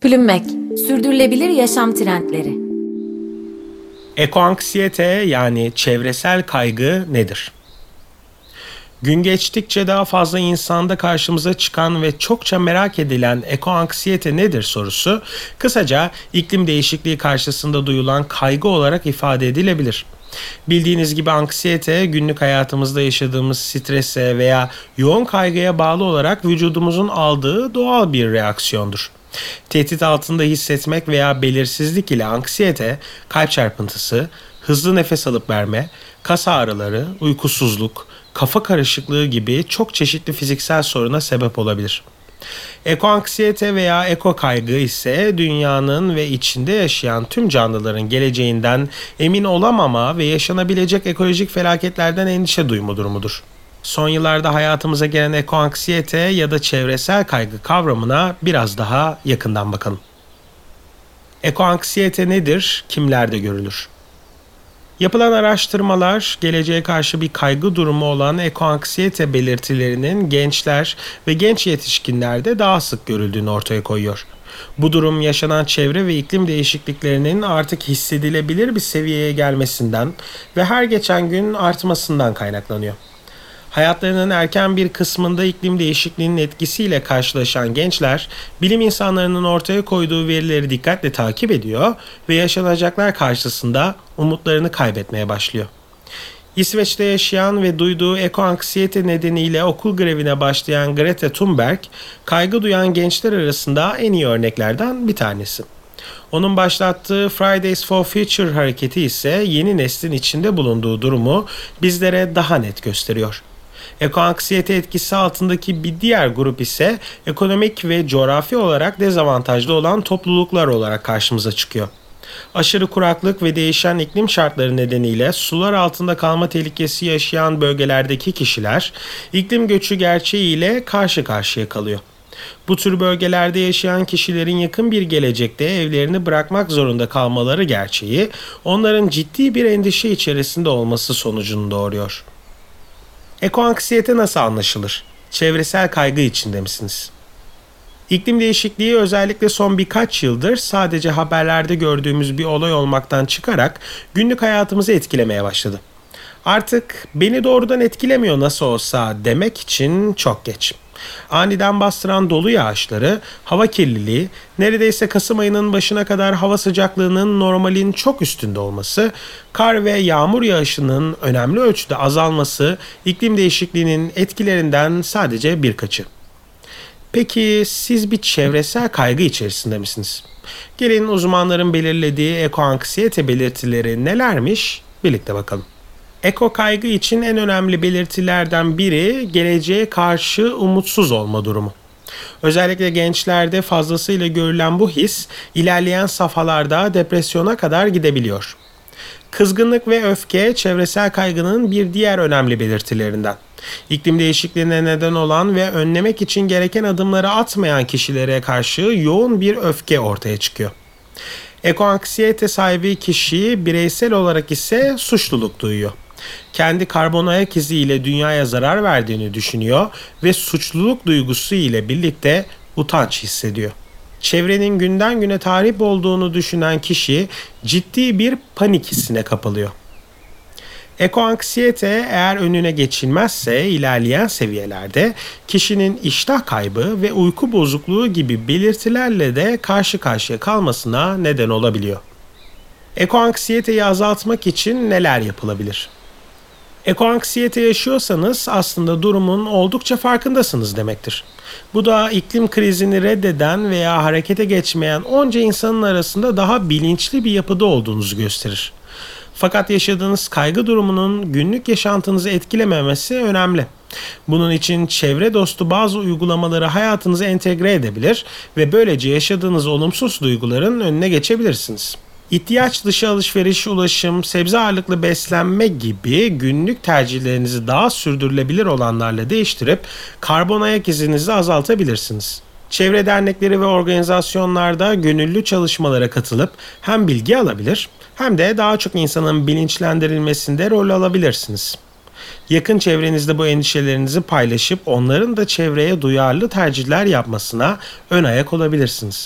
Plümmek, sürdürülebilir yaşam trendleri. Ekoanksiyete yani çevresel kaygı nedir? Gün geçtikçe daha fazla insanda karşımıza çıkan ve çokça merak edilen ekoanksiyete nedir sorusu, kısaca iklim değişikliği karşısında duyulan kaygı olarak ifade edilebilir. Bildiğiniz gibi anksiyete günlük hayatımızda yaşadığımız strese veya yoğun kaygıya bağlı olarak vücudumuzun aldığı doğal bir reaksiyondur. Tehdit altında hissetmek veya belirsizlik ile anksiyete, kalp çarpıntısı, hızlı nefes alıp verme, kas ağrıları, uykusuzluk, kafa karışıklığı gibi çok çeşitli fiziksel soruna sebep olabilir. Ekoanksiyete veya eko kaygı ise dünyanın ve içinde yaşayan tüm canlıların geleceğinden emin olamama ve yaşanabilecek ekolojik felaketlerden endişe duyma durumudur. Son yıllarda hayatımıza gelen ekoanksiyete ya da çevresel kaygı kavramına biraz daha yakından bakalım. Ekoanksiyete nedir? Kimlerde görülür? Yapılan araştırmalar geleceğe karşı bir kaygı durumu olan ekoanksiyete belirtilerinin gençler ve genç yetişkinlerde daha sık görüldüğünü ortaya koyuyor. Bu durum yaşanan çevre ve iklim değişikliklerinin artık hissedilebilir bir seviyeye gelmesinden ve her geçen gün artmasından kaynaklanıyor. Hayatlarının erken bir kısmında iklim değişikliğinin etkisiyle karşılaşan gençler, bilim insanlarının ortaya koyduğu verileri dikkatle takip ediyor ve yaşanacaklar karşısında umutlarını kaybetmeye başlıyor. İsveç'te yaşayan ve duyduğu ekoanksiyete nedeniyle okul grevine başlayan Greta Thunberg, kaygı duyan gençler arasında en iyi örneklerden bir tanesi. Onun başlattığı Fridays for Future hareketi ise yeni neslin içinde bulunduğu durumu bizlere daha net gösteriyor. Ekoanksiyete etkisi altındaki bir diğer grup ise ekonomik ve coğrafi olarak dezavantajlı olan topluluklar olarak karşımıza çıkıyor. Aşırı kuraklık ve değişen iklim şartları nedeniyle sular altında kalma tehlikesi yaşayan bölgelerdeki kişiler iklim göçü gerçeğiyle karşı karşıya kalıyor. Bu tür bölgelerde yaşayan kişilerin yakın bir gelecekte evlerini bırakmak zorunda kalmaları gerçeği onların ciddi bir endişe içerisinde olması sonucunu doğuruyor. Ekoanksiyete nasıl anlaşılır? Çevresel kaygı içinde misiniz? İklim değişikliği özellikle son birkaç yıldır sadece haberlerde gördüğümüz bir olay olmaktan çıkarak günlük hayatımızı etkilemeye başladı. Artık beni doğrudan etkilemiyor nasıl olsa demek için çok geç. Aniden bastıran dolu yağışları, hava kirliliği, neredeyse Kasım ayının başına kadar hava sıcaklığının normalin çok üstünde olması, kar ve yağmur yağışının önemli ölçüde azalması iklim değişikliğinin etkilerinden sadece birkaçı. Peki siz bir çevresel kaygı içerisinde misiniz? Gelin uzmanların belirlediği ekoanksiyete belirtileri nelermiş birlikte bakalım. Eko kaygı için en önemli belirtilerden biri geleceğe karşı umutsuz olma durumu. Özellikle gençlerde fazlasıyla görülen bu his ilerleyen safhalarda depresyona kadar gidebiliyor. Kızgınlık ve öfke çevresel kaygının bir diğer önemli belirtilerinden. İklim değişikliğine neden olan ve önlemek için gereken adımları atmayan kişilere karşı yoğun bir öfke ortaya çıkıyor. Ekoanksiyete sahibi kişi bireysel olarak ise suçluluk duyuyor. Kendi karbon ayak iziyle dünyaya zarar verdiğini düşünüyor ve suçluluk duygusu ile birlikte utanç hissediyor. Çevrenin günden güne tahrip olduğunu düşünen kişi ciddi bir panik hissine kapılıyor. Ekoanksiyete eğer önüne geçilmezse ilerleyen seviyelerde kişinin iştah kaybı ve uyku bozukluğu gibi belirtilerle de karşı karşıya kalmasına neden olabiliyor. Ekoanksiyeteyi azaltmak için neler yapılabilir? Ekoanksiyete yaşıyorsanız aslında durumun oldukça farkındasınız demektir. Bu da iklim krizini reddeden veya harekete geçmeyen onca insanın arasında daha bilinçli bir yapıda olduğunuzu gösterir. Fakat yaşadığınız kaygı durumunun günlük yaşantınızı etkilememesi önemli. Bunun için çevre dostu bazı uygulamaları hayatınıza entegre edebilir ve böylece yaşadığınız olumsuz duyguların önüne geçebilirsiniz. İhtiyaç dışı alışveriş, ulaşım, sebze ağırlıklı beslenme gibi günlük tercihlerinizi daha sürdürülebilir olanlarla değiştirip karbon ayak izinizi azaltabilirsiniz. Çevre dernekleri ve organizasyonlarda gönüllü çalışmalara katılıp hem bilgi alabilir hem de daha çok insanın bilinçlendirilmesinde rol alabilirsiniz. Yakın çevrenizde bu endişelerinizi paylaşıp onların da çevreye duyarlı tercihler yapmasına ön ayak olabilirsiniz.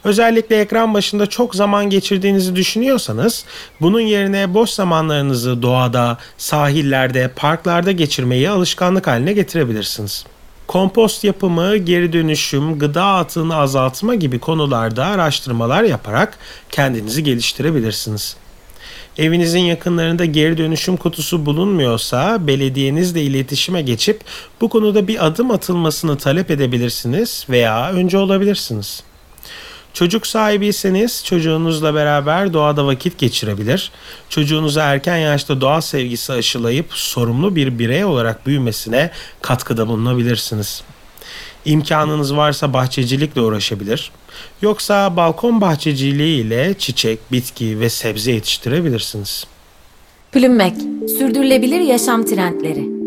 Özellikle ekran başında çok zaman geçirdiğinizi düşünüyorsanız, bunun yerine boş zamanlarınızı doğada, sahillerde, parklarda geçirmeyi alışkanlık haline getirebilirsiniz. Kompost yapımı, geri dönüşüm, gıda atığını azaltma gibi konularda araştırmalar yaparak kendinizi geliştirebilirsiniz. Evinizin yakınlarında geri dönüşüm kutusu bulunmuyorsa, belediyenizle iletişime geçip bu konuda bir adım atılmasını talep edebilirsiniz veya önce olabilirsiniz. Çocuk sahibiyseniz çocuğunuzla beraber doğada vakit geçirebilir, çocuğunuza erken yaşta doğa sevgisi aşılayıp sorumlu bir birey olarak büyümesine katkıda bulunabilirsiniz. İmkanınız varsa bahçecilikle uğraşabilir, yoksa balkon bahçeciliği ile çiçek, bitki ve sebze yetiştirebilirsiniz. Plümmek, sürdürülebilir yaşam trendleri.